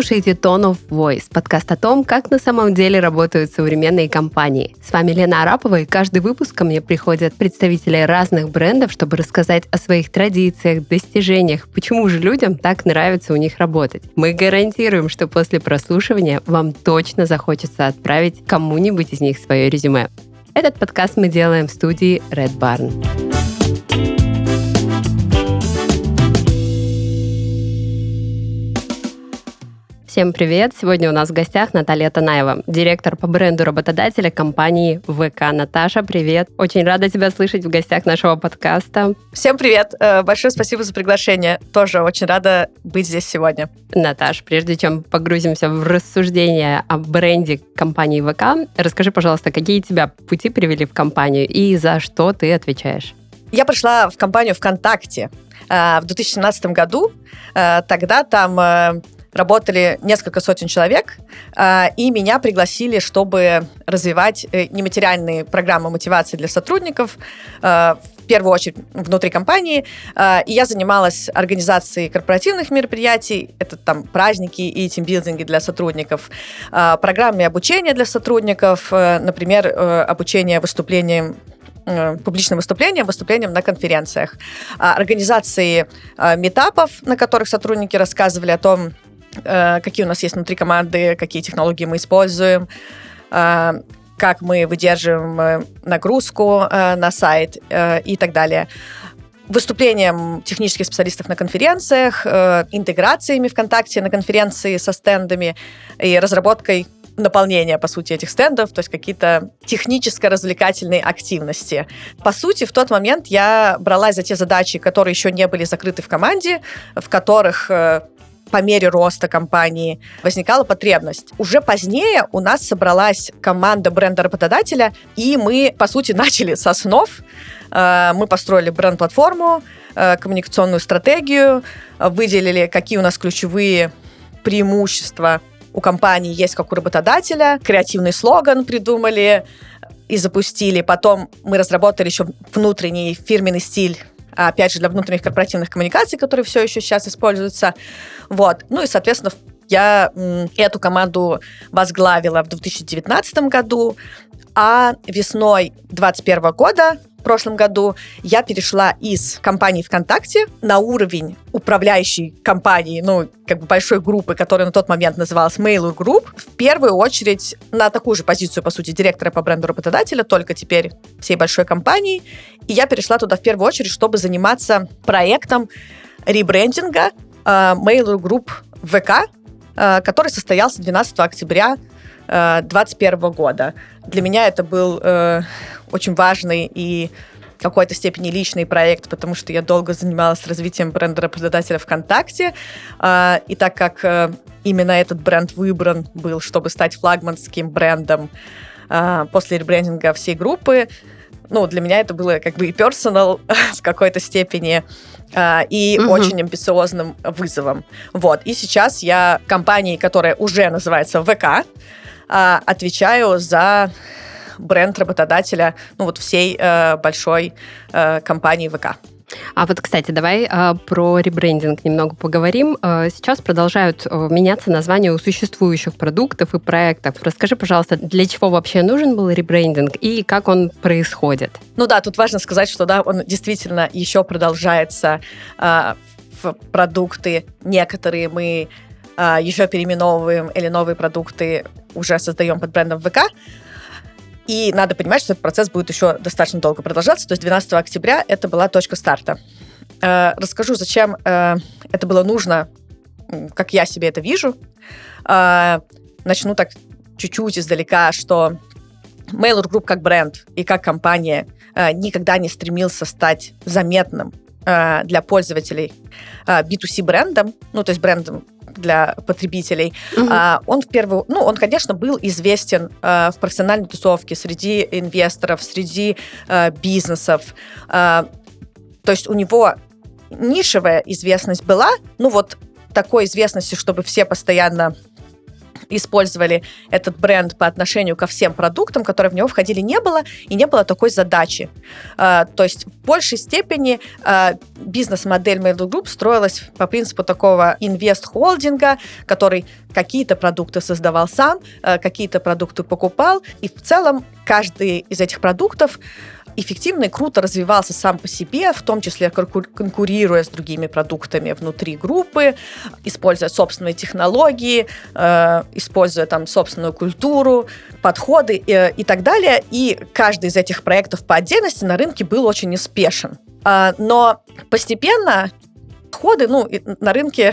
слушаете Tone of Voice, подкаст о том, как на самом деле работают современные компании. С вами Лена Арапова, и каждый выпуск ко мне приходят представители разных брендов, чтобы рассказать о своих традициях, достижениях, почему же людям так нравится у них работать. Мы гарантируем, что после прослушивания вам точно захочется отправить кому-нибудь из них свое резюме. Этот подкаст мы делаем в студии Red Barn. Всем привет! Сегодня у нас в гостях Наталья Танаева, директор по бренду работодателя компании ВК. Наташа, привет! Очень рада тебя слышать в гостях нашего подкаста. Всем привет! Большое спасибо за приглашение. Тоже очень рада быть здесь сегодня. Наташ, прежде чем погрузимся в рассуждения о бренде компании ВК, расскажи, пожалуйста, какие тебя пути привели в компанию и за что ты отвечаешь? Я пришла в компанию ВКонтакте в 2017 году. Тогда там работали несколько сотен человек, и меня пригласили, чтобы развивать нематериальные программы мотивации для сотрудников, в первую очередь внутри компании. И я занималась организацией корпоративных мероприятий, это там праздники и тимбилдинги для сотрудников, программами обучения для сотрудников, например, обучение публичным выступлениям на конференциях, организации митапов, на которых сотрудники рассказывали о том, какие у нас есть внутри команды, какие технологии мы используем, как мы выдерживаем нагрузку на сайт и так далее. Выступлением технических специалистов на конференциях, интеграциями ВКонтакте на конференции со стендами и разработкой наполнения, по сути, этих стендов, то есть какие-то техническо-развлекательные активности. По сути, в тот момент я бралась за те задачи, которые еще не были закрыты в команде, в которых по мере роста компании возникала потребность. Уже позднее у нас собралась команда бренда-работодателя, и мы, по сути, начали с основ. Мы построили бренд-платформу, коммуникационную стратегию, выделили, какие у нас ключевые преимущества у компании есть как у работодателя, креативный слоган придумали и запустили. Потом мы разработали еще внутренний фирменный стиль, опять же, для внутренних корпоративных коммуникаций, которые все еще сейчас используются. Вот. Ну и, соответственно, я эту команду возглавила в 2019 году, а весной 2021 года, в прошлом году, я перешла из компании ВКонтакте на уровень управляющей компании, большой группы, которая на тот момент называлась Mail.ru Group, в первую очередь на такую же позицию, по сути, директора по бренду работодателя, только теперь всей большой компании. И я перешла туда в первую очередь, чтобы заниматься проектом ребрендинга Mail.ru Group ВК, который состоялся 12 октября 2021 года. Для меня это был очень важный и в какой-то степени личный проект, потому что я долго занималась развитием бренда работодателя ВКонтакте. И так как именно этот бренд выбран был, чтобы стать флагманским брендом после ребрендинга всей группы, для меня это было как бы и персонал в какой-то степени, и очень амбициозным вызовом. Вот. И сейчас я в компании, которая уже называется ВК, отвечаю за бренд работодателя, всей большой компании ВК. А вот, кстати, давай про ребрендинг немного поговорим. Сейчас продолжают меняться названия у существующих продуктов и проектов. Расскажи, пожалуйста, для чего вообще нужен был ребрендинг и как он происходит? Тут важно сказать, что он действительно еще продолжается в продукты. Некоторые мы еще переименовываем или новые продукты уже создаем под брендом ВК. И надо понимать, что этот процесс будет еще достаточно долго продолжаться. То есть 12 октября это была точка старта. Расскажу, зачем это было нужно, как я себе это вижу. Начну так чуть-чуть издалека, что Mail.ru Group как бренд и как компания никогда не стремился стать заметным для пользователей B2C брендом, то есть брендом для потребителей. Он, конечно, был известен в профессиональной тусовке среди инвесторов, среди бизнесов. То есть у него нишевая известность была, такой известности, чтобы все постоянно использовали этот бренд по отношению ко всем продуктам, которые в него входили, не было, и не было такой задачи. То есть в большей степени бизнес-модель Mail.ru Group строилась по принципу такого инвест-холдинга, который какие-то продукты создавал сам, какие-то продукты покупал, и в целом каждый из этих продуктов эффективно и круто развивался сам по себе, в том числе конкурируя с другими продуктами внутри группы, используя собственные технологии, используя там собственную культуру, подходы и так далее. И каждый из этих проектов по отдельности на рынке был очень успешен. Но постепенно подходы, на рынке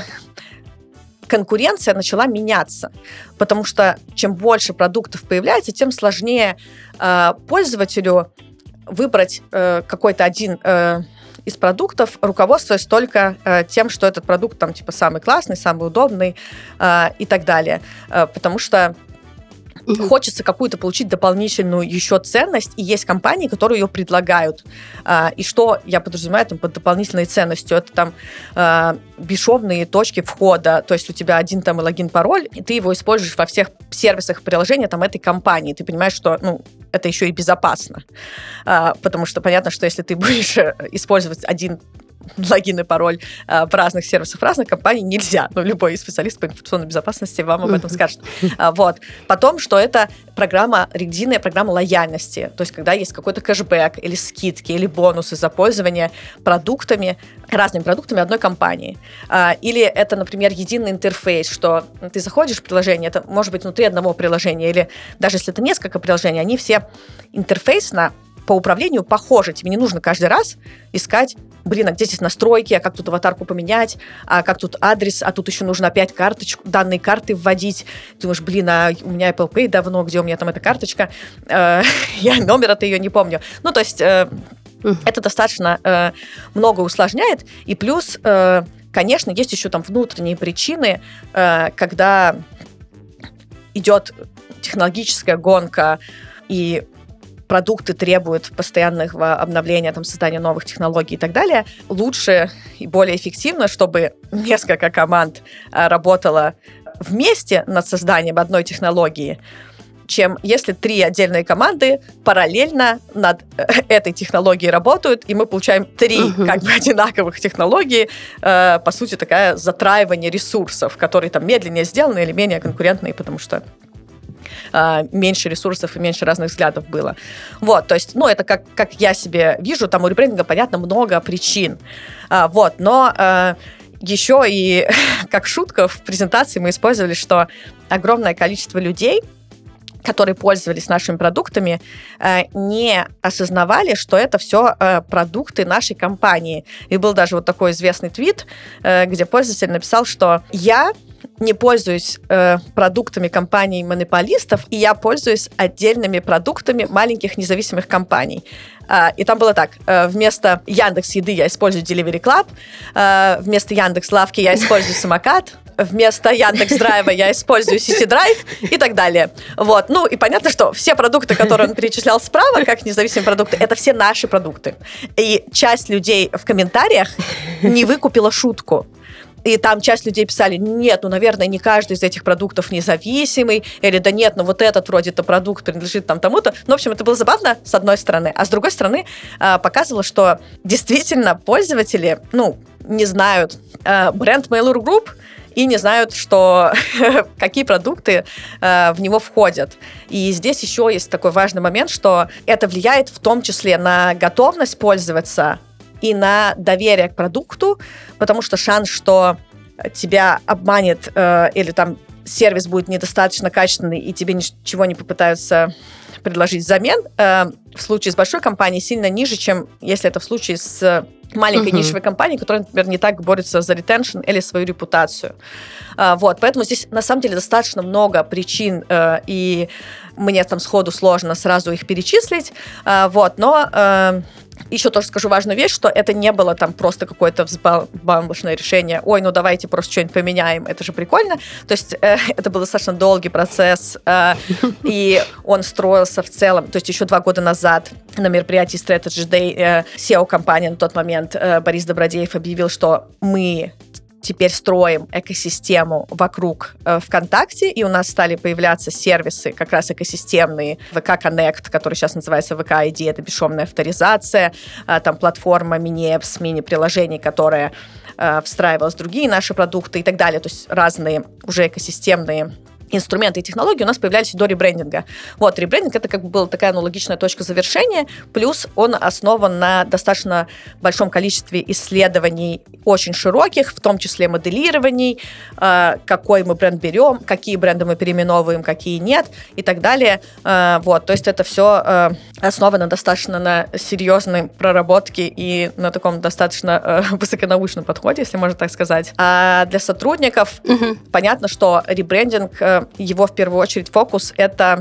конкуренция начала меняться, потому что чем больше продуктов появляется, тем сложнее пользователю выбрать какой-то один из продуктов, руководствуясь только тем, что этот продукт там типа самый классный, самый удобный и так далее. Потому что хочется какую-то получить дополнительную еще ценность, и есть компании, которые ее предлагают. И что я подразумеваю там под дополнительной ценностью? Это там бесшовные точки входа, то есть у тебя один там логин, пароль, и ты его используешь во всех сервисах приложения там этой компании. Ты понимаешь, что это еще и безопасно. Потому что понятно, что если ты будешь использовать один логин и пароль в разных сервисах, в разных компаний нельзя. Любой специалист по информационной безопасности вам об этом скажет. Вот. Потом, что это единая программа лояльности. То есть, когда есть какой-то кэшбэк или скидки, или бонусы за пользование разными продуктами одной компании. Или это, например, единый интерфейс, что ты заходишь в приложение, это может быть внутри одного приложения, или даже если это несколько приложений, они все интерфейсно по управлению похожи. Тебе не нужно каждый раз искать, а где здесь настройки, а как тут аватарку поменять, а как тут адрес, а тут еще нужно опять данные карты вводить. Ты думаешь, у меня Apple Pay давно, где у меня там эта карточка? Я номера-то ее не помню. То есть это достаточно много усложняет. И плюс, конечно, есть еще там внутренние причины, когда идет технологическая гонка, и продукты требуют постоянного обновления, создания новых технологий и так далее, лучше и более эффективно, чтобы несколько команд работало вместе над созданием одной технологии, чем если 3 отдельные команды параллельно над этой технологией работают, и мы получаем 3 одинаковых технологии, по сути, такое затраивание ресурсов, которые там медленнее сделаны или менее конкурентные, потому что меньше ресурсов и меньше разных взглядов было. Вот, то есть, это как я себе вижу, там у ребрендинга, понятно, много причин. Но еще и как шутка в презентации мы использовали, что огромное количество людей, которые пользовались нашими продуктами, не осознавали, что это все продукты нашей компании. И был даже вот такой известный твит, где пользователь написал, что я не пользуюсь продуктами компаний-монополистов, и я пользуюсь отдельными продуктами маленьких независимых компаний. И там было так: вместо Яндекс.Еды я использую Delivery Club, вместо Яндекс.Лавки я использую Самокат, вместо Яндекс.Драйва я использую Сити.Драйв и так далее. Вот. И понятно, что все продукты, которые он перечислял справа, как независимые продукты, это все наши продукты. И часть людей в комментариях не выкупила шутку. И там часть людей писали: нет, наверное, не каждый из этих продуктов независимый, или да нет, вот этот вроде-то продукт принадлежит тому-то. В общем, это было забавно, с одной стороны, а с другой стороны показывало, что действительно пользователи, не знают бренд Mail.ru Group и не знают, что какие продукты в него входят. И здесь еще есть такой важный момент, что это влияет в том числе на готовность пользоваться и на доверие к продукту, потому что шанс, что тебя обманет или там сервис будет недостаточно качественный и тебе ничего не попытаются предложить взамен, в случае с большой компанией сильно ниже, чем если это в случае с маленькой нишевой компанией, которая, например, не так борется за ретеншн или свою репутацию. Поэтому здесь на самом деле достаточно много причин, и мне там сходу сложно сразу их перечислить, но еще тоже скажу важную вещь, что это не было там просто какое-то взбалмошное решение: ой, давайте просто что-нибудь поменяем, это же прикольно. То есть это был достаточно долгий процесс, и он строился в целом. То есть еще 2 года назад на мероприятии Strategy Day SEO-компания на тот момент Борис Добродеев объявил, что мы теперь строим экосистему вокруг ВКонтакте, и у нас стали появляться сервисы как раз экосистемные, ВК Connect, который сейчас называется ВК ID, это бесшовная авторизация, там платформа мини-эпс, мини-приложений, которая встраивалась в другие наши продукты и так далее, то есть разные уже экосистемные инструменты и технологии у нас появлялись до ребрендинга. Вот, ребрендинг — это как бы была такая логичная точка завершения, плюс он основан на достаточно большом количестве исследований, очень широких, в том числе моделирований, какой мы бренд берем, какие бренды мы переименовываем, какие нет и так далее. Вот, то есть это все основано достаточно на серьезной проработке и на таком достаточно высоконаучном подходе, если можно так сказать. А для сотрудников понятно, что ребрендинг, его в первую очередь фокус — это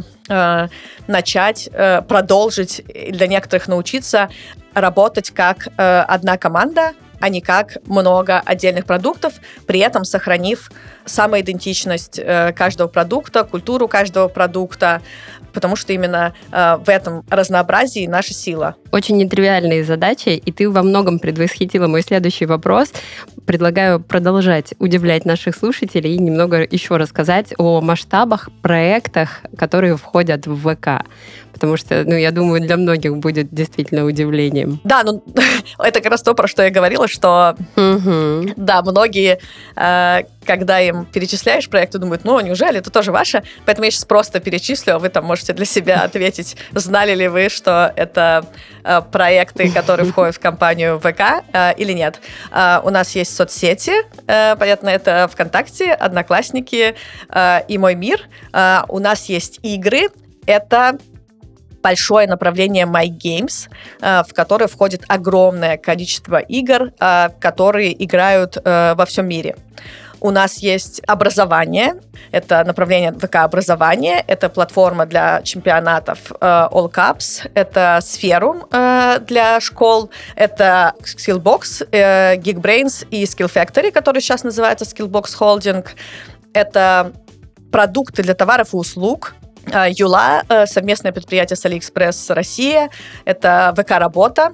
начать, продолжить, для некоторых научиться работать как одна команда, а не как много отдельных продуктов, при этом сохранив самоидентичность каждого продукта, культуру каждого продукта, потому что именно в этом разнообразии наша сила. Очень нетривиальные задачи, и ты во многом предвосхитила мой следующий вопрос. Предлагаю продолжать удивлять наших слушателей и немного еще рассказать о масштабах, проектах, которые входят в ВК. Потому что, я думаю, для многих будет действительно удивлением. Да, это как раз то, про что я говорила, что да, многие, когда им перечисляешь проекты, думают, неужели это тоже ваше? Поэтому я сейчас просто перечислю, а вы там можете для себя ответить, знали ли вы, что это проекты, которые входят в компанию ВК или нет. У нас есть соцсети, понятно, это ВКонтакте, Одноклассники и Мой мир. У нас есть игры, это большое направление My Games, в которое входит огромное количество игр, которые играют во всем мире. У нас есть образование, это направление ВК-образование, это платформа для чемпионатов All Cups, это Spherum для школ, это Skillbox, Geekbrains и Skill Factory, который сейчас называется Skillbox Holding. Это продукты для товаров и услуг, Юла, совместное предприятие с AliExpress Россия, это ВК-работа,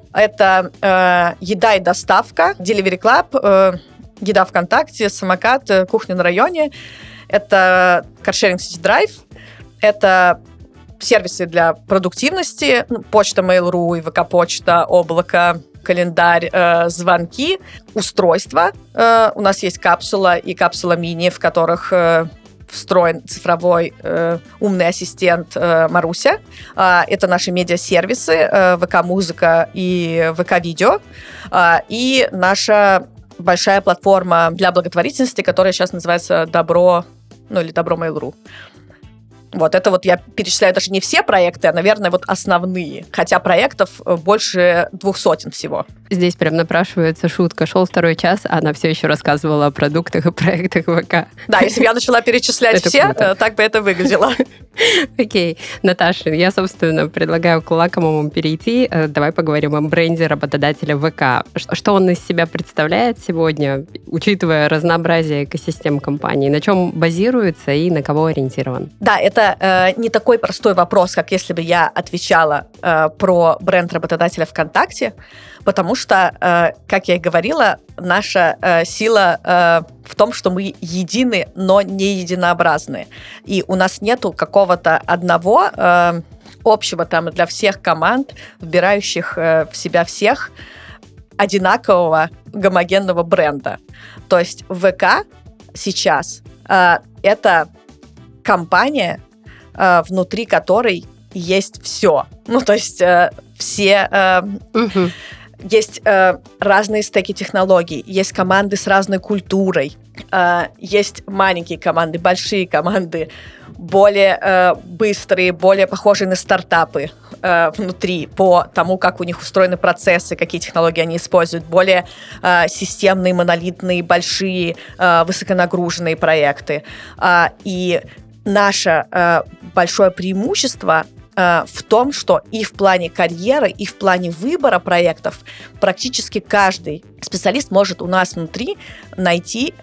это еда и доставка, Delivery Club, еда ВКонтакте, самокат, кухня на районе, это Carsharing City Drive, это сервисы для продуктивности, почта Mail.ru и ВК-почта, облако, календарь, звонки, устройства. У нас есть капсула и капсула мини, в которых встроен цифровой умный ассистент Маруся. Это наши медиасервисы ВК-музыка и ВК-видео. И наша большая платформа для благотворительности, которая сейчас называется Добро, или Добро Mail.ru. Вот это я перечисляю даже не все проекты, а, наверное, основные. Хотя проектов больше 200 всего. Здесь прям напрашивается шутка. Шел второй час, а она все еще рассказывала о продуктах и проектах ВК. Да, если бы я начала перечислять все, так бы это выглядело. Окей. Наташа, я, собственно, предлагаю к лакомому перейти. Давай поговорим о бренде работодателя ВК. Что он из себя представляет сегодня, учитывая разнообразие экосистем компании? На чем базируется и на кого ориентирован? Да, это не такой простой вопрос, как если бы я отвечала про бренд работодателя ВКонтакте, потому что, как я и говорила, наша сила в том, что мы едины, но не единообразны. И у нас нету какого-то одного общего для всех команд, вбирающих в себя всех, одинакового гомогенного бренда. То есть ВК сейчас это компания, внутри которой есть все. То есть все... Есть разные стеки технологий, есть команды с разной культурой, есть маленькие команды, большие команды, более быстрые, более похожие на стартапы внутри по тому, как у них устроены процессы, какие технологии они используют, более системные, монолитные, большие, высоконагруженные проекты. И наше большое преимущество в том, что и в плане карьеры, и в плане выбора проектов практически каждый специалист может у нас внутри найти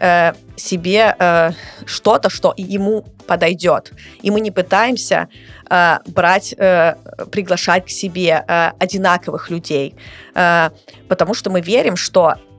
себе что-то, что ему подойдет. И мы не пытаемся приглашать к себе одинаковых людей, потому что мы верим, что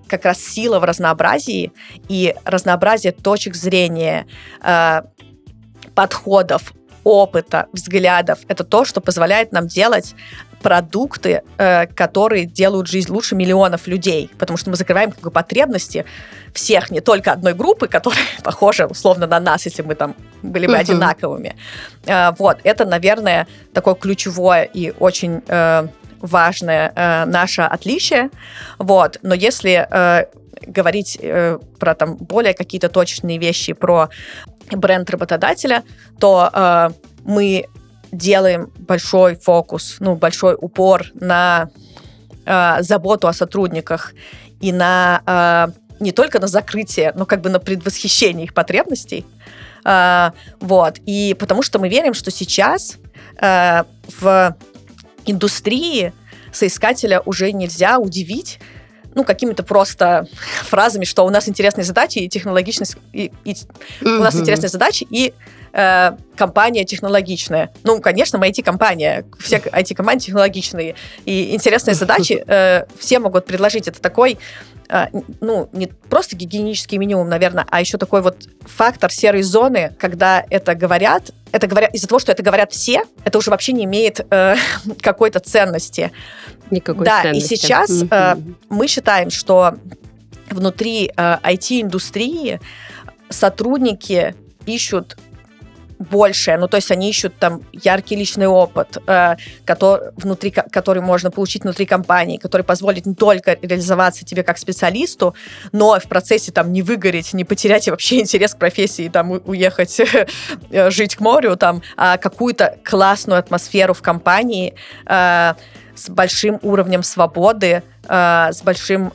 как раз сила в разнообразии, и разнообразие точек зрения, подходов, опыта, взглядов. Это то, что позволяет нам делать продукты, которые делают жизнь лучше миллионов людей, потому что мы закрываем как бы потребности всех, не только одной группы, которая похожа условно на нас, если мы там были бы одинаковыми. Вот, это, наверное, такое ключевое и очень важное наше отличие. Вот, но если говорить про там более какие-то точечные вещи, про бренд работодателя, то мы делаем большой фокус, большой упор на заботу о сотрудниках и на не только на закрытие, но как бы на предвосхищение их потребностей. Вот. И потому что мы верим, что сейчас в индустрии соискателя уже нельзя удивить какими-то просто фразами, что у нас интересные задачи и технологичность, у нас интересные задачи и компания технологичная. Конечно, мы IT-компания, все IT-компании технологичные, и интересные задачи все могут предложить. Это такой, не просто гигиенический минимум, наверное, а еще такой вот фактор серой зоны, когда это говорят из-за того, что это говорят все, это уже вообще не имеет какой-то ценности. Никакой ценности. И сейчас мы считаем, что внутри IT-индустрии сотрудники ищут большее, то есть они ищут там яркий личный опыт, который можно получить внутри компании, который позволит не только реализоваться тебе как специалисту, но в процессе там не выгореть, не потерять вообще интерес к профессии, там уехать жить к морю, там, а какую-то классную атмосферу в компании с большим уровнем свободы, с большим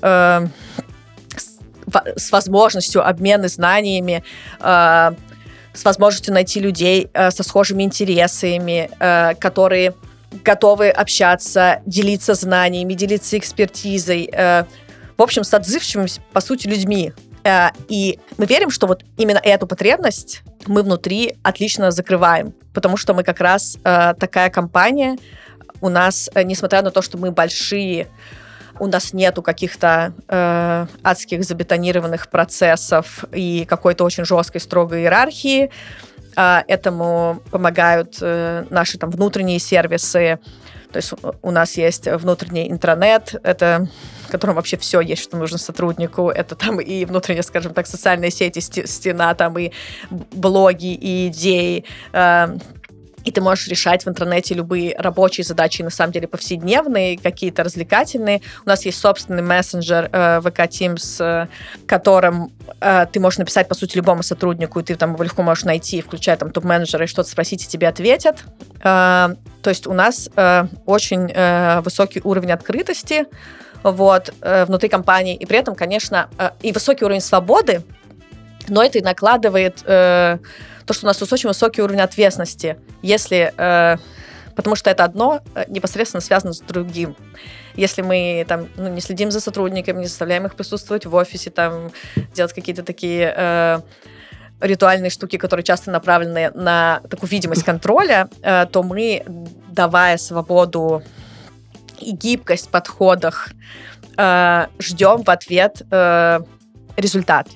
с возможностью обмена знаниями, с возможностью найти людей со схожими интересами, которые готовы общаться, делиться знаниями, делиться экспертизой, в общем, с отзывчивыми, по сути, людьми. И мы верим, что вот именно эту потребность мы внутри отлично закрываем, потому что мы как раз такая компания, у нас, несмотря на то, что мы большие, у нас нету каких-то адских забетонированных процессов и какой-то очень жесткой, строгой иерархии. Этому помогают наши там внутренние сервисы. То есть у нас есть внутренний интранет, в котором вообще все есть, что нужно сотруднику. Это там и внутренние, скажем так, социальные сети, стена, там и блоги, и идеи. И ты можешь решать в интернете любые рабочие задачи, на самом деле повседневные, какие-то развлекательные. У нас есть собственный мессенджер VK Teams, которым ты можешь написать, по сути, любому сотруднику, и ты там его легко можешь найти, включая там топ-менеджера, и что-то спросить, и тебе ответят. То есть у нас очень высокий уровень открытости внутри компании, и при этом, конечно, и высокий уровень свободы, но это и накладывает то, что у нас очень высокий уровень ответственности, потому что это одно непосредственно связано с другим. Если мы там, не следим за сотрудниками, не заставляем их присутствовать в офисе, там, делать какие-то такие ритуальные штуки, которые часто направлены на такую видимость контроля, то мы, давая свободу и гибкость в подходах, ждем в ответ результат.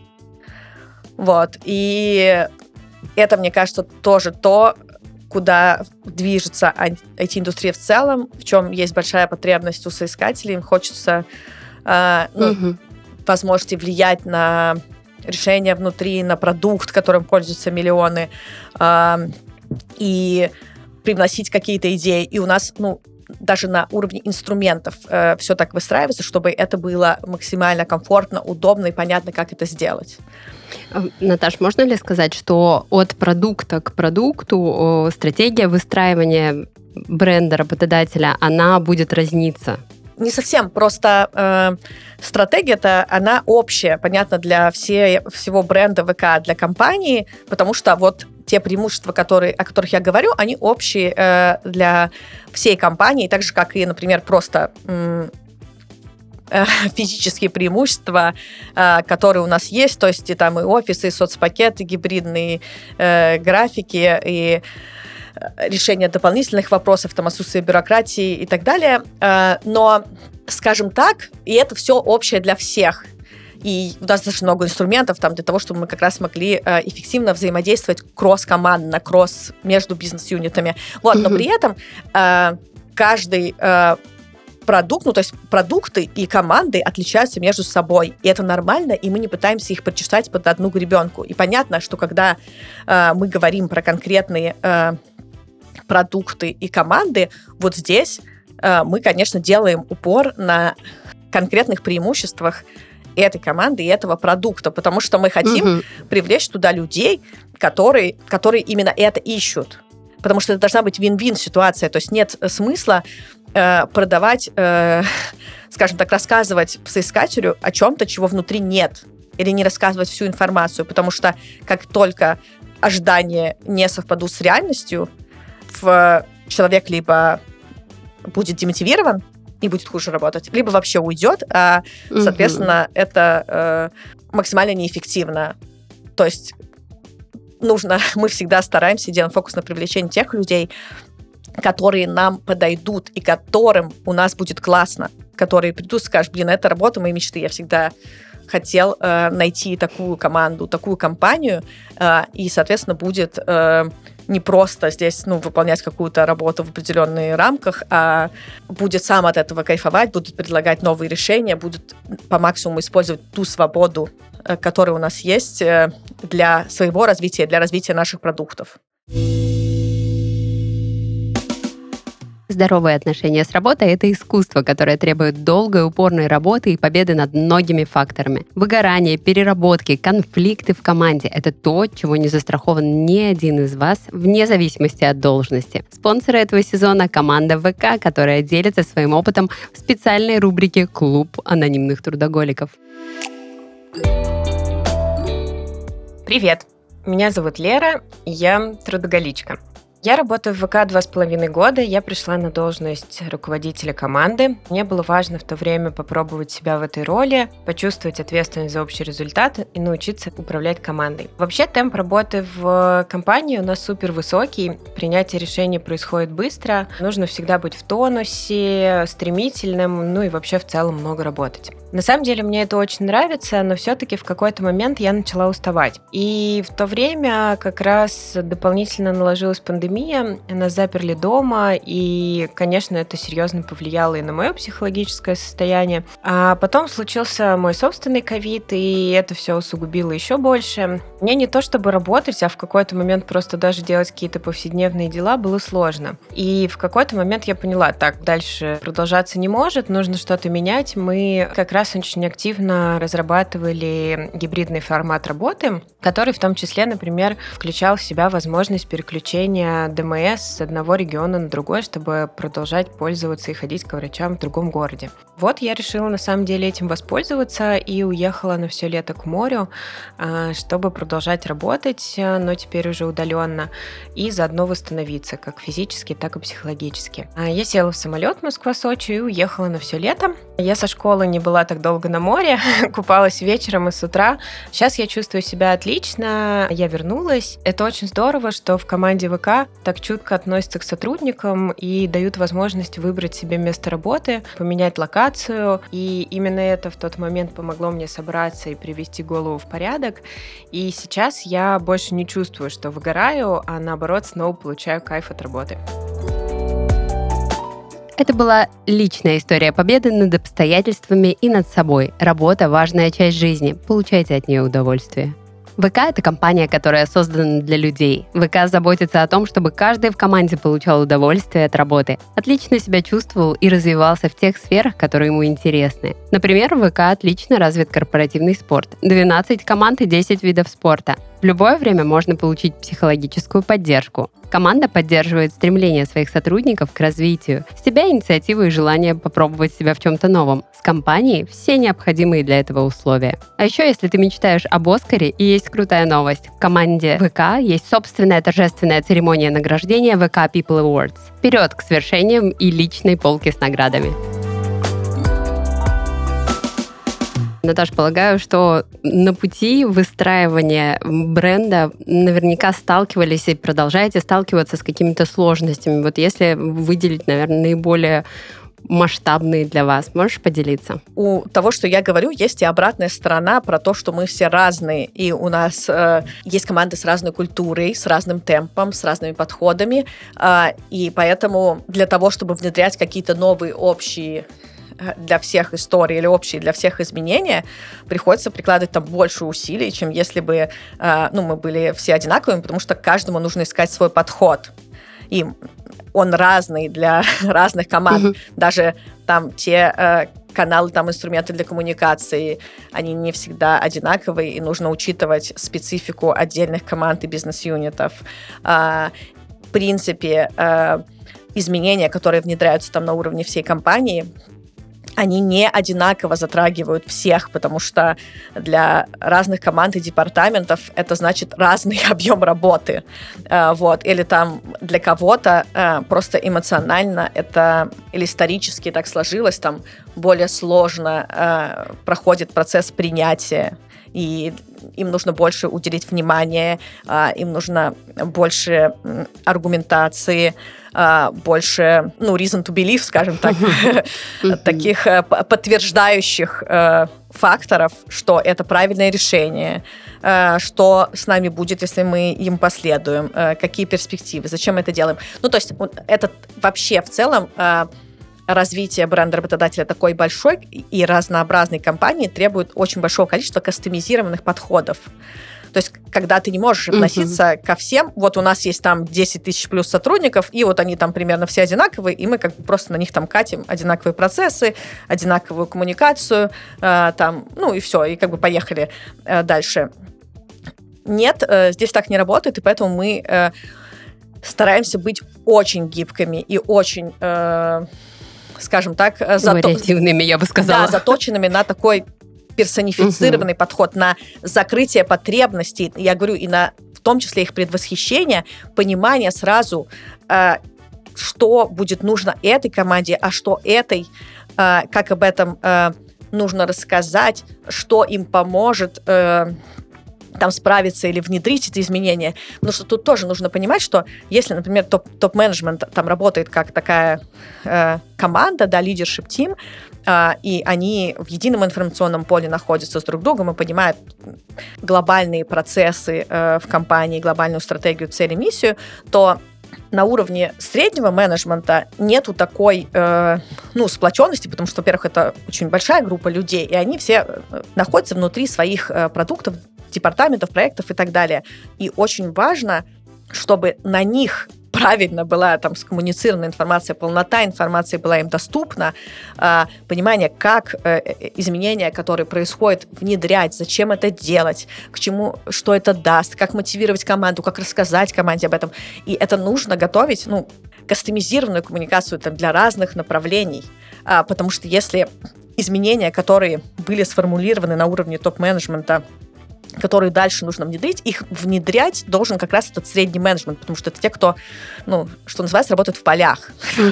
И это, мне кажется, тоже то, куда движется IT-индустрия в целом, в чем есть большая потребность у соискателей. Им хочется возможности влиять на решения внутри, на продукт, которым пользуются миллионы, и привносить какие-то идеи. И у нас, даже на уровне инструментов все так выстраивается, чтобы это было максимально комфортно, удобно и понятно, как это сделать. Наташ, можно ли сказать, что от продукта к продукту стратегия выстраивания бренда работодателя, она будет разниться? Не совсем, просто стратегия-то, она общая, понятно, для всего бренда ВК, для компании, потому что вот те преимущества, о которых я говорю, они общие для всей компании, так же, как и, например, просто физические преимущества, которые у нас есть, то есть и там и офисы, и соцпакеты, гибридные графики, и решение дополнительных вопросов, там, отсутствие бюрократии и так далее. Но, скажем так, и это все общее для всех. и у нас достаточно много инструментов там для того, чтобы мы как раз могли эффективно взаимодействовать кросс-командно, кросс между бизнес-юнитами. Вот, но при этом каждый продукт, то есть продукты и команды отличаются между собой, и это нормально, и мы не пытаемся их подчесать под одну гребенку. И понятно, что когда мы говорим про конкретные продукты и команды, вот здесь мы, конечно, делаем упор на конкретных преимуществах этой команды и этого продукта, потому что мы хотим привлечь туда людей, которые именно это ищут. Потому что это должна быть вин-вин ситуация, то есть нет смысла продавать, скажем так, рассказывать соискателю о чем-то, чего внутри нет, или не рассказывать всю информацию, потому что как только ожидания не совпадут с реальностью, человек либо будет демотивирован и будет хуже работать, либо вообще уйдет, а, соответственно, это максимально неэффективно. То есть мы всегда стараемся, делаем фокус на привлечение тех людей, которые нам подойдут и которым у нас будет классно, которые придут и скажут, это работа моей мечты, я всегда хотел найти такую команду, такую компанию, и, соответственно, будет не просто здесь выполнять какую-то работу в определенных рамках, а будет сам от этого кайфовать, будет предлагать новые решения, будет по максимуму использовать ту свободу, которая у нас есть для своего развития, для развития наших продуктов. Здоровые отношения с работой — это искусство, которое требует долгой, упорной работы и победы над многими факторами. Выгорание, переработки, конфликты в команде — это то, от чего не застрахован ни один из вас, вне зависимости от должности. Спонсоры этого сезона — команда ВК, которая делится своим опытом в специальной рубрике «Клуб анонимных трудоголиков». Привет! Меня зовут Лера, и я трудоголичка. Я работаю в ВК 2,5 года, я пришла на должность руководителя команды. Мне было важно в то время попробовать себя в этой роли, почувствовать ответственность за общий результат и научиться управлять командой. Вообще темп работы в компании у нас супер высокий, принятие решений происходит быстро, нужно всегда быть в тонусе, стремительным, и вообще в целом много работать. На самом деле мне это очень нравится, но все-таки в какой-то момент я начала уставать. И в то время как раз дополнительно наложилась пандемия, нас заперли дома, и, конечно, это серьезно повлияло и на мое психологическое состояние. А потом случился мой собственный ковид, и это все усугубило еще больше. Мне не то чтобы работать, а в какой-то момент просто даже делать какие-то повседневные дела было сложно. И в какой-то момент я поняла, так, дальше продолжаться не может, нужно что-то менять. Мы как раз очень активно разрабатывали гибридный формат работы, который в том числе, например, включал в себя возможность переключения ДМС с одного региона на другой, чтобы продолжать пользоваться и ходить к врачам в другом городе. Вот я решила на самом деле этим воспользоваться и уехала на все лето к морю, чтобы продолжать работать, но теперь уже удаленно, и заодно восстановиться как физически, так и психологически. Я села в самолет Москва-Сочи и уехала на все лето. Я со школы не была так долго на море, купалась вечером и с утра. Сейчас я чувствую себя отлично, я вернулась. Это очень здорово, что в команде ВК так чутко относятся к сотрудникам и дают возможность выбрать себе место работы, поменять локацию. И именно это в тот момент помогло мне собраться и привести голову в порядок. И сейчас я больше не чувствую, что выгораю, а наоборот снова получаю кайф от работы. Это была личная история победы над обстоятельствами и над собой. Работа – важная часть жизни. Получайте от нее удовольствие. ВК – это компания, которая создана для людей. ВК заботится о том, чтобы каждый в команде получал удовольствие от работы, отлично себя чувствовал и развивался в тех сферах, которые ему интересны. Например, в ВК отлично развит корпоративный спорт. 12 команд и 10 видов спорта. В любое время можно получить психологическую поддержку. Команда поддерживает стремление своих сотрудников к развитию, с тебя инициативу и желание попробовать себя в чем-то новом. С компанией все необходимые для этого условия. А еще, если ты мечтаешь об Оскаре, и есть крутая новость. В команде ВК есть собственная торжественная церемония награждения ВК People Awards. Вперед к свершениям и личной полке с наградами. Наташа, полагаю, что на пути выстраивания бренда наверняка сталкивались и продолжаете сталкиваться с какими-то сложностями. Вот если выделить, наверное, наиболее масштабные для вас? Можешь поделиться? У того, что я говорю, есть и обратная сторона про то, что мы все разные, и у нас есть команды с разной культурой, с разным темпом, с разными подходами, и поэтому для того, чтобы внедрять какие-то новые общие для всех истории или общие для всех изменения, приходится прикладывать там больше усилий, чем если бы мы были все одинаковыми, потому что каждому нужно искать свой подход. И он разный для разных команд. Даже там те каналы, там инструменты для коммуникации, они не всегда одинаковые, и нужно учитывать специфику отдельных команд и бизнес-юнитов. В принципе, изменения, которые внедряются там на уровне всей компании, они не одинаково затрагивают всех, потому что для разных команд и департаментов это значит разный объем работы. Или там для кого-то просто эмоционально это или исторически так сложилось, там более сложно проходит процесс принятия, и им нужно больше уделить внимания, им нужно больше аргументации, больше, reason to believe, скажем так, таких подтверждающих факторов, что это правильное решение, что с нами будет, если мы им последуем, какие перспективы, зачем мы это делаем. То есть это вообще в целом развитие бренда работодателя такой большой и разнообразной компании требует очень большого количества кастомизированных подходов. То есть, когда ты не можешь относиться ко всем, вот у нас есть там 10 тысяч плюс сотрудников, и вот они там примерно все одинаковые, и мы как бы просто на них там катим одинаковые процессы, одинаковую коммуникацию, и все, и как бы поехали дальше. Нет, здесь так не работает, и поэтому мы стараемся быть очень гибкими и очень... скажем так, вариативными, я бы сказала. Да, заточенными на такой персонифицированный подход, на закрытие потребностей, я говорю, и на, в том числе, их предвосхищение, понимание сразу, что будет нужно этой команде, а что этой, как об этом нужно рассказать, что им поможет там справиться или внедрить эти изменения. Потому что тут тоже нужно понимать, что если, например, топ-менеджмент там работает как такая команда, да, leadership team, и они в едином информационном поле находятся с друг другом и понимают глобальные процессы в компании, глобальную стратегию, цели, миссию, то на уровне среднего менеджмента нету такой сплоченности, потому что, во-первых, это очень большая группа людей, и они все находятся внутри своих продуктов, департаментов, проектов и так далее. И очень важно, чтобы на них правильно была там скоммуницирована информация, полнота информации была им доступна, понимание, как изменения, которые происходят, внедрять, зачем это делать, к чему, что это даст, как мотивировать команду, как рассказать команде об этом. И это нужно готовить, кастомизированную коммуникацию там, для разных направлений, потому что если изменения, которые были сформулированы на уровне топ-менеджмента, которые дальше нужно внедрить, их внедрять должен как раз этот средний менеджмент, потому что это те, кто, что называется, работают в полях.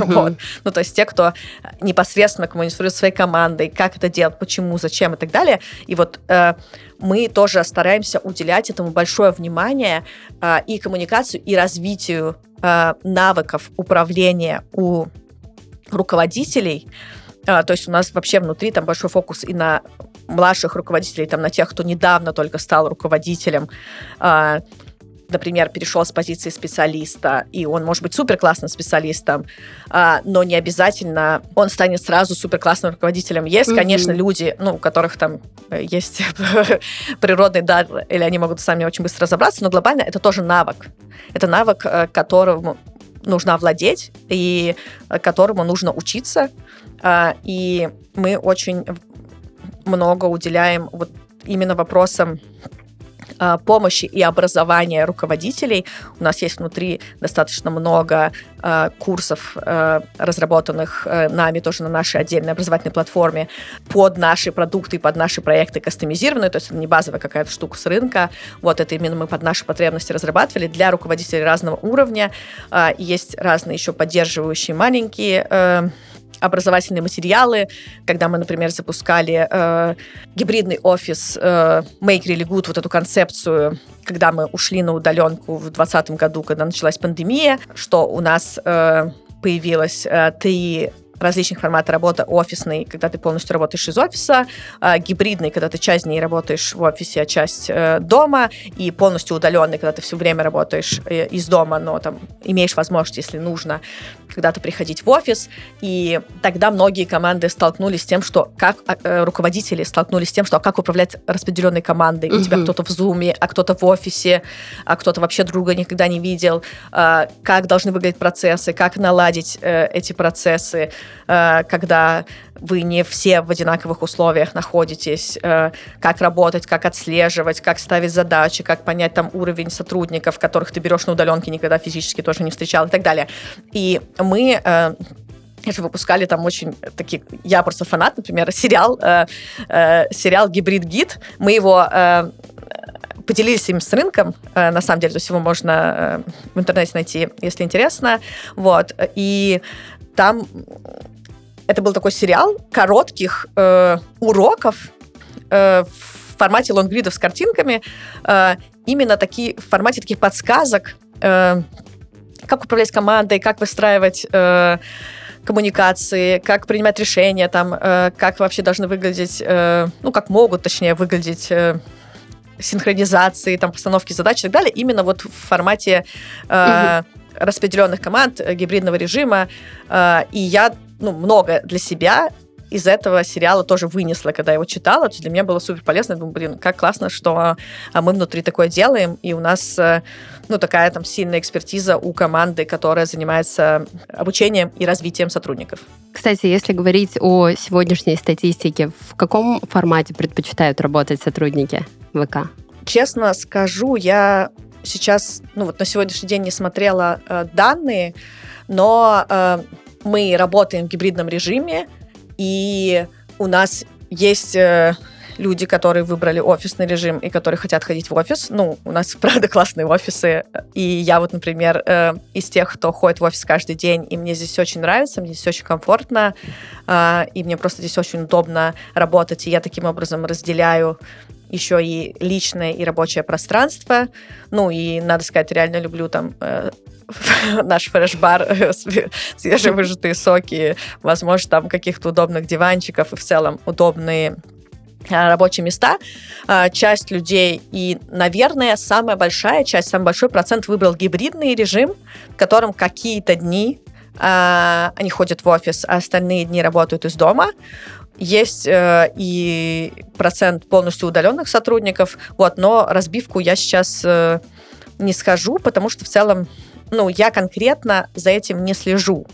То есть те, кто непосредственно коммуницирует со своей командой, как это делать, почему, зачем и так далее. И вот мы тоже стараемся уделять этому большое внимание и коммуникацию, и развитию навыков управления у руководителей. То есть у нас вообще внутри там большой фокус и на младших руководителей, там, на тех, кто недавно только стал руководителем, например, перешел с позиции специалиста, и он может быть суперклассным специалистом, но не обязательно он станет сразу суперклассным руководителем. Есть, конечно, люди, у которых там есть природный дар, или они могут сами очень быстро разобраться, но глобально это тоже навык. Это навык, которому нужно овладеть и которому нужно учиться. И мы очень много уделяем вот именно вопросам помощи и образования руководителей. У нас есть внутри достаточно много курсов, разработанных нами тоже на нашей отдельной образовательной платформе под наши продукты, под наши проекты кастомизированные, то есть это не базовая какая-то штука с рынка. Вот это именно мы под наши потребности разрабатывали для руководителей разного уровня. Есть разные еще поддерживающие маленькие образовательные материалы, когда мы, например, запускали гибридный офис Make Really Good, вот эту концепцию, когда мы ушли на удаленку в 2020 году, когда началась пандемия, что у нас появилось 3 различных форматов работы: офисный, когда ты полностью работаешь из офиса, гибридный, когда ты часть дней работаешь в офисе, а часть дома, и полностью удаленный, когда ты все время работаешь из дома, но там имеешь возможность, если нужно, когда-то приходить в офис. И тогда многие команды столкнулись с тем, что руководители столкнулись с тем, что как управлять распределенной командой. У тебя кто-то в Zoom, а кто-то в офисе, а кто-то вообще друга никогда не видел. Как должны выглядеть процессы, как наладить эти процессы, когда вы не все в одинаковых условиях находитесь, как работать, как отслеживать, как ставить задачи, как понять там уровень сотрудников, которых ты берешь на удаленке, никогда физически тоже не встречал и так далее. И мы же выпускали там очень такие... Я просто фанат, например, сериал «Гибрид Гид». Мы его поделились им с рынком, на самом деле, то есть его можно в интернете найти, если интересно. Вот. И там это был такой сериал коротких уроков в формате лонгридов с картинками, именно в формате таких подсказок, как управлять командой, как выстраивать коммуникации, как принимать решения, там, как вообще должны выглядеть, как могут, точнее, выглядеть синхронизации, там, постановки задач и так далее, именно вот в формате распределенных команд, гибридного режима. И я много для себя из этого сериала тоже вынесла, когда я его читала. То есть для меня было супер полезно. Я думаю, как классно, что мы внутри такое делаем, и у нас такая там сильная экспертиза у команды, которая занимается обучением и развитием сотрудников. Кстати, если говорить о сегодняшней статистике, в каком формате предпочитают работать сотрудники ВК? Честно скажу, я сейчас, на сегодняшний день не смотрела данные, но мы работаем в гибридном режиме, и у нас есть люди, которые выбрали офисный режим и которые хотят ходить в офис. У нас, правда, классные офисы. И я например, из тех, кто ходит в офис каждый день, и мне здесь очень нравится, мне здесь очень комфортно, и мне просто здесь очень удобно работать. И я таким образом разделяю еще и личное, и рабочее пространство. И, надо сказать, реально люблю там наш фреш-бар, свежевыжатые соки, возможно, там каких-то удобных диванчиков и в целом удобные рабочие места. Часть людей и, наверное, самая большая часть, самый большой процент выбрал гибридный режим, в котором какие-то дни они ходят в офис, а остальные дни работают из дома. Есть и процент полностью удаленных сотрудников, но разбивку я сейчас не скажу, потому что в целом я конкретно за этим не слежу.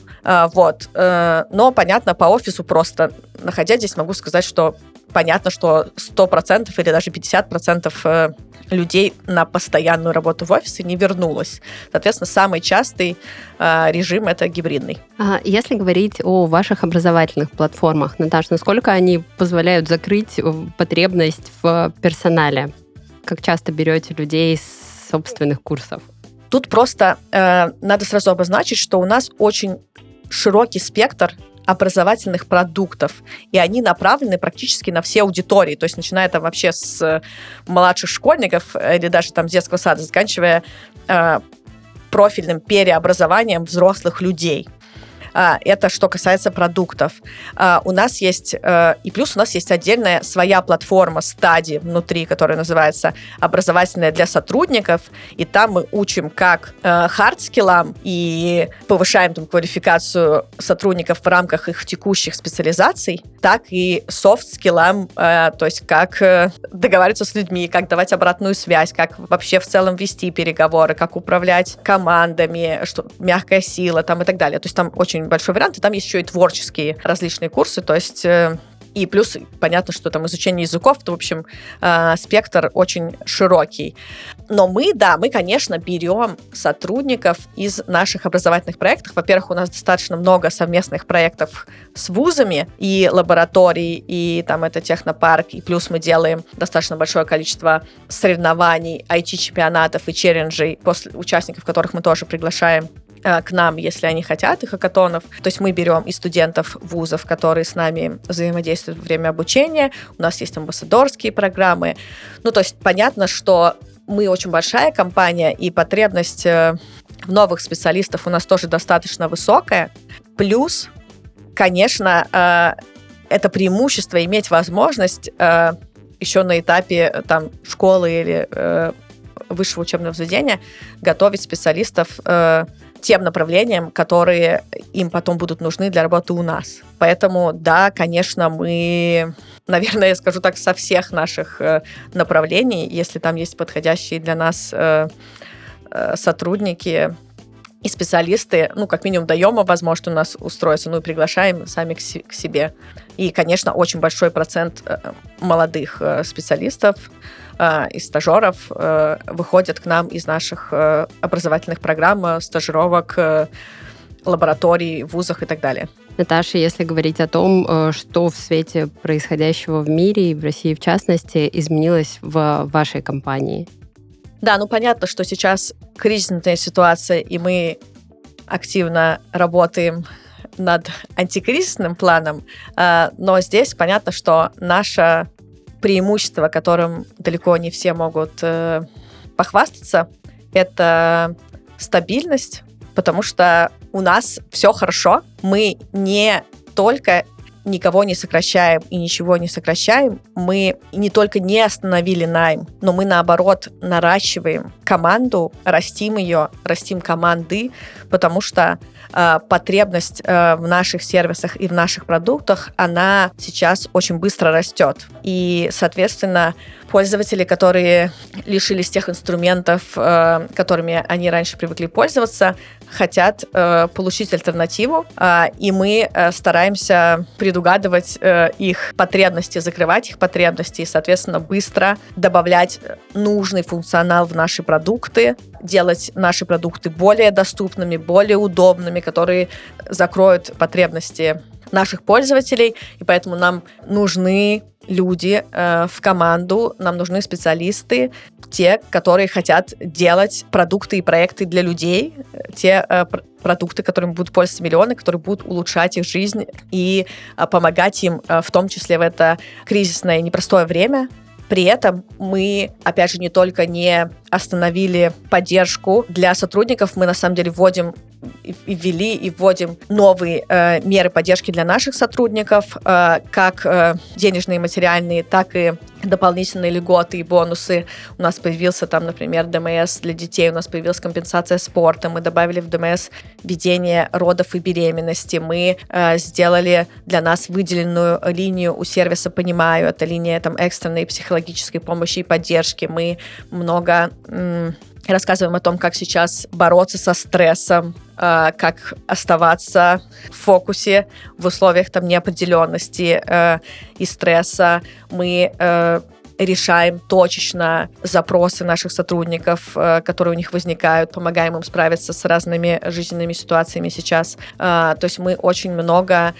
Но, понятно, по офису просто, находясь здесь, могу сказать, что понятно, что 100% или даже 50% людей на постоянную работу в офисе не вернулось. Соответственно, самый частый режим – это гибридный. Если говорить о ваших образовательных платформах, Наташа, насколько они позволяют закрыть потребность в персонале? Как часто берете людей с собственных курсов? Тут просто надо сразу обозначить, что у нас очень широкий спектр образовательных продуктов, и они направлены практически на все аудитории, то есть начиная там вообще с младших школьников или даже там с детского сада, заканчивая профильным переобразованием взрослых людей. Это что касается продуктов. У нас есть, и плюс у нас есть отдельная своя платформа Study внутри, которая называется «Образовательная для сотрудников», и там мы учим как хард-скиллам и повышаем там квалификацию сотрудников в рамках их текущих специализаций, так и софт-скиллам, то есть как договариваться с людьми, как давать обратную связь, как вообще в целом вести переговоры, как управлять командами, что мягкая сила там и так далее. То есть там очень большой вариант, и там есть еще и творческие различные курсы, то есть и плюс понятно, что там изучение языков, то, в общем, спектр очень широкий. Но мы, конечно, берем сотрудников из наших образовательных проектов. Во-первых, у нас достаточно много совместных проектов с вузами и лабораторий, и там это технопарк, и плюс мы делаем достаточно большое количество соревнований, IT-чемпионатов и челленджей, после участников которых мы тоже приглашаем к нам, если они хотят, и хакатонов. То есть мы берем и студентов вузов, которые с нами взаимодействуют во время обучения. У нас есть амбассадорские программы. То есть понятно, что мы очень большая компания, и потребность в новых специалистов у нас тоже достаточно высокая. Плюс конечно, это преимущество иметь возможность еще на этапе там, школы или высшего учебного заведения готовить специалистов тем направлениям, которые им потом будут нужны для работы у нас. Поэтому, да, конечно, мы, наверное, я скажу так, со всех наших направлений, если там есть подходящие для нас сотрудники и специалисты, как минимум даем им возможность у нас устроиться, и приглашаем сами к себе. И, конечно, очень большой процент молодых специалистов и стажеров выходят к нам из наших образовательных программ, стажировок, лабораторий, вузах и так далее. Наташа, если говорить о том, что в свете происходящего в мире и в России в частности изменилось в вашей компании? Да, понятно, что сейчас кризисная ситуация, и мы активно работаем над антикризисным планом, но здесь понятно, что наше преимущество, которым далеко не все могут похвастаться, это стабильность, потому что у нас все хорошо, мы не только никого не сокращаем и ничего не сокращаем, мы не только не остановили найм, но мы, наоборот, наращиваем команду, растим ее, растим команды, потому что потребность в наших сервисах и в наших продуктах, она сейчас очень быстро растет. И, соответственно, пользователи, которые лишились тех инструментов, которыми они раньше привыкли пользоваться, хотят получить альтернативу, и мы стараемся предугадывать их потребности, закрывать их потребности и, соответственно, быстро добавлять нужный функционал в наши продукты, делать наши продукты более доступными, более удобными, которые закроют потребности наших пользователей, и поэтому нам нужны люди в команду, нам нужны специалисты, те, которые хотят делать продукты и проекты для людей, те продукты, которыми будут пользоваться миллионы, которые будут улучшать их жизнь и помогать им, в том числе в это кризисное непростое время. При этом мы, опять же, не только не остановили поддержку для сотрудников, мы на самом деле ввели и вводим новые меры поддержки для наших сотрудников, как денежные и материальные, так и дополнительные льготы и бонусы. У нас появился там, например, ДМС для детей, у нас появилась компенсация спорта, мы добавили в ДМС ведение родов и беременности, мы сделали для нас выделенную линию у сервиса «Понимаю», это линия там экстренной психологической помощи и поддержки. Мы много рассказываем о том, как сейчас бороться со стрессом, как оставаться в фокусе в условиях там неопределенности и стресса. Мы решаем точечно запросы наших сотрудников, которые у них возникают, помогаем им справиться с разными жизненными ситуациями сейчас. То есть мы очень много...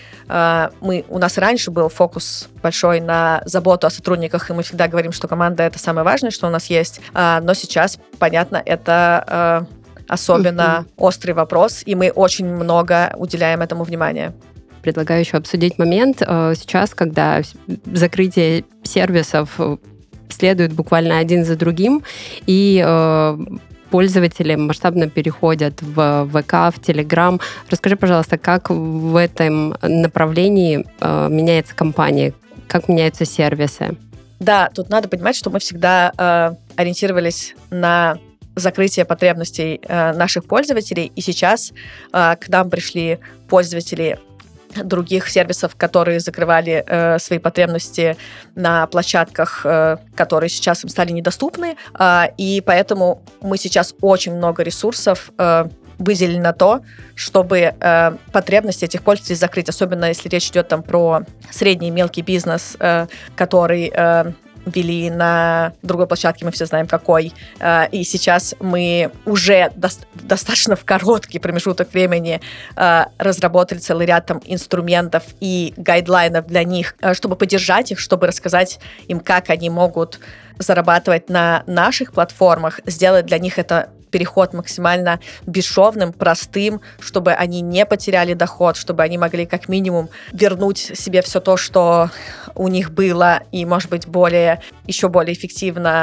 У нас раньше был фокус большой на заботу о сотрудниках, и мы всегда говорим, что команда — это самое важное, что у нас есть. Но сейчас, понятно, это особенно острый вопрос, и мы очень много уделяем этому внимания. Предлагаю еще обсудить момент сейчас, когда закрытие сервисов следует буквально один за другим, и пользователи масштабно переходят в ВК, в Телеграм. Расскажи, пожалуйста, как в этом направлении меняется компания, как меняются сервисы? Да, тут надо понимать, что мы всегда ориентировались на закрытие потребностей наших пользователей, и сейчас к нам пришли пользователи других сервисов, которые закрывали свои потребности на площадках, которые сейчас им стали недоступны, и поэтому мы сейчас очень много ресурсов выделили на то, чтобы потребности этих пользователей закрыть, особенно если речь идет там про средний и мелкий бизнес, который вели на другой площадке, мы все знаем какой. И сейчас мы уже достаточно в короткий промежуток времени разработали целый ряд там инструментов и гайдлайнов для них, чтобы поддержать их, чтобы рассказать им, как они могут зарабатывать на наших платформах, сделать для них это переход максимально бесшовным, простым, чтобы они не потеряли доход, чтобы они могли как минимум вернуть себе все то, что у них было, и, может быть, еще более эффективно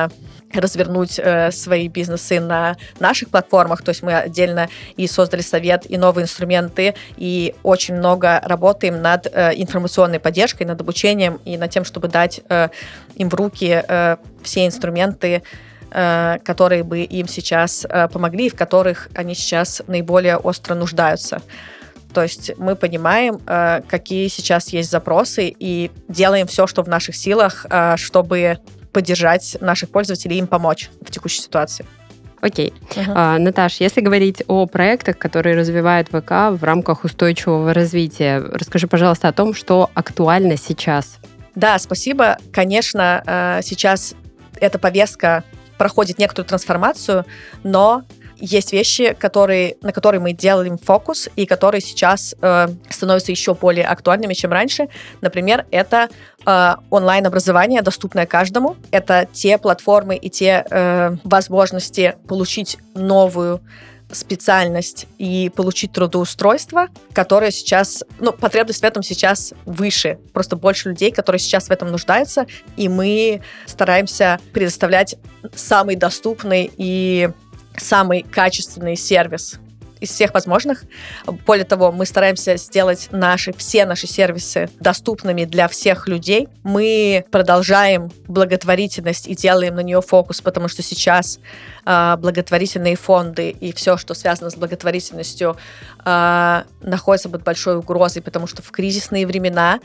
развернуть свои бизнесы на наших платформах. То есть мы отдельно и создали совет, и новые инструменты, и очень много работаем над информационной поддержкой, над обучением и над тем, чтобы дать им в руки все инструменты, которые бы им сейчас помогли, и в которых они сейчас наиболее остро нуждаются. То есть мы понимаем, какие сейчас есть запросы, и делаем все, что в наших силах, чтобы поддержать наших пользователей и им помочь в текущей ситуации. Окей. Наташ, если говорить о проектах, которые развивает ВК в рамках устойчивого развития, расскажи, пожалуйста, о том, что актуально сейчас. Да, спасибо. Конечно, сейчас эта повестка проходит некоторую трансформацию, но есть вещи, на которые мы делаем фокус и которые сейчас становятся еще более актуальными, чем раньше. Например, это онлайн-образование, доступное каждому. Это те платформы и те возможности получить новую специальность и получить трудоустройство, которое сейчас, потребность в этом сейчас выше. Просто больше людей, которые сейчас в этом нуждаются, и мы стараемся предоставлять самый доступный и самый качественный сервис из всех возможных. Более того, мы стараемся сделать все наши сервисы доступными для всех людей. Мы продолжаем благотворительность и делаем на нее фокус, потому что сейчас благотворительные фонды и все, что связано с благотворительностью, находится под большой угрозой, потому что в кризисные времена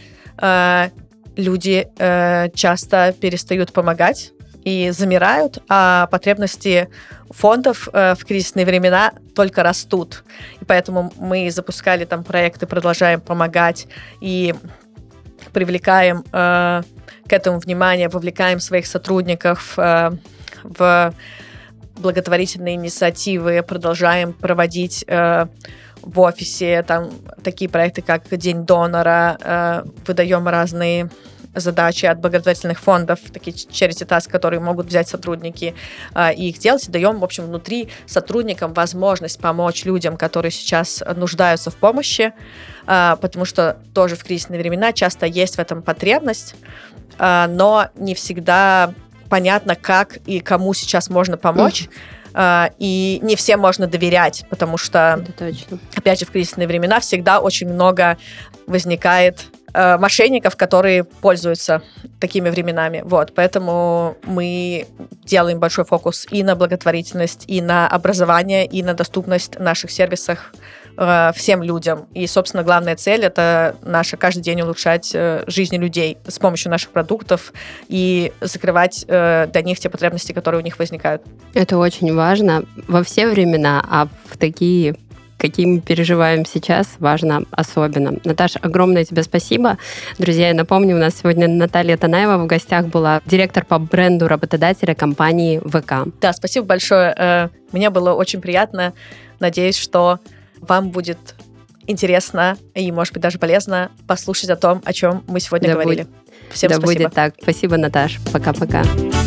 люди часто перестают помогать и замирают, а потребности фондов в кризисные времена только растут. И поэтому мы запускали там проекты, продолжаем помогать и привлекаем к этому внимание, вовлекаем своих сотрудников в благотворительные инициативы, продолжаем проводить в офисе там такие проекты, как День донора, выдаем разные задачи от благотворительных фондов, такие charity tasks, которые могут взять сотрудники и их делать, и даем, в общем, внутри сотрудникам возможность помочь людям, которые сейчас нуждаются в помощи, потому что тоже в кризисные времена часто есть в этом потребность, но не всегда понятно, как и кому сейчас можно помочь. И не всем можно доверять, потому что, опять же, в кризисные времена всегда очень много возникает мошенников, которые пользуются такими временами. Поэтому мы делаем большой фокус и на благотворительность, и на образование, и на доступность наших сервисов всем людям. И, собственно, главная цель — это наша каждый день улучшать жизни людей с помощью наших продуктов и закрывать для них те потребности, которые у них возникают. Это очень важно во все времена, а в такие, какие мы переживаем сейчас, важно особенно. Наташа, огромное тебе спасибо. Друзья, я напомню, у нас сегодня Наталья Танаева в гостях была, директор по бренду работодателя компании ВК. Да, спасибо большое. Мне было очень приятно. Надеюсь, что вам будет интересно и, может быть, даже полезно послушать о том, о чем мы сегодня говорили. Всем спасибо. Да будет так. Спасибо, Наташ. Пока-пока.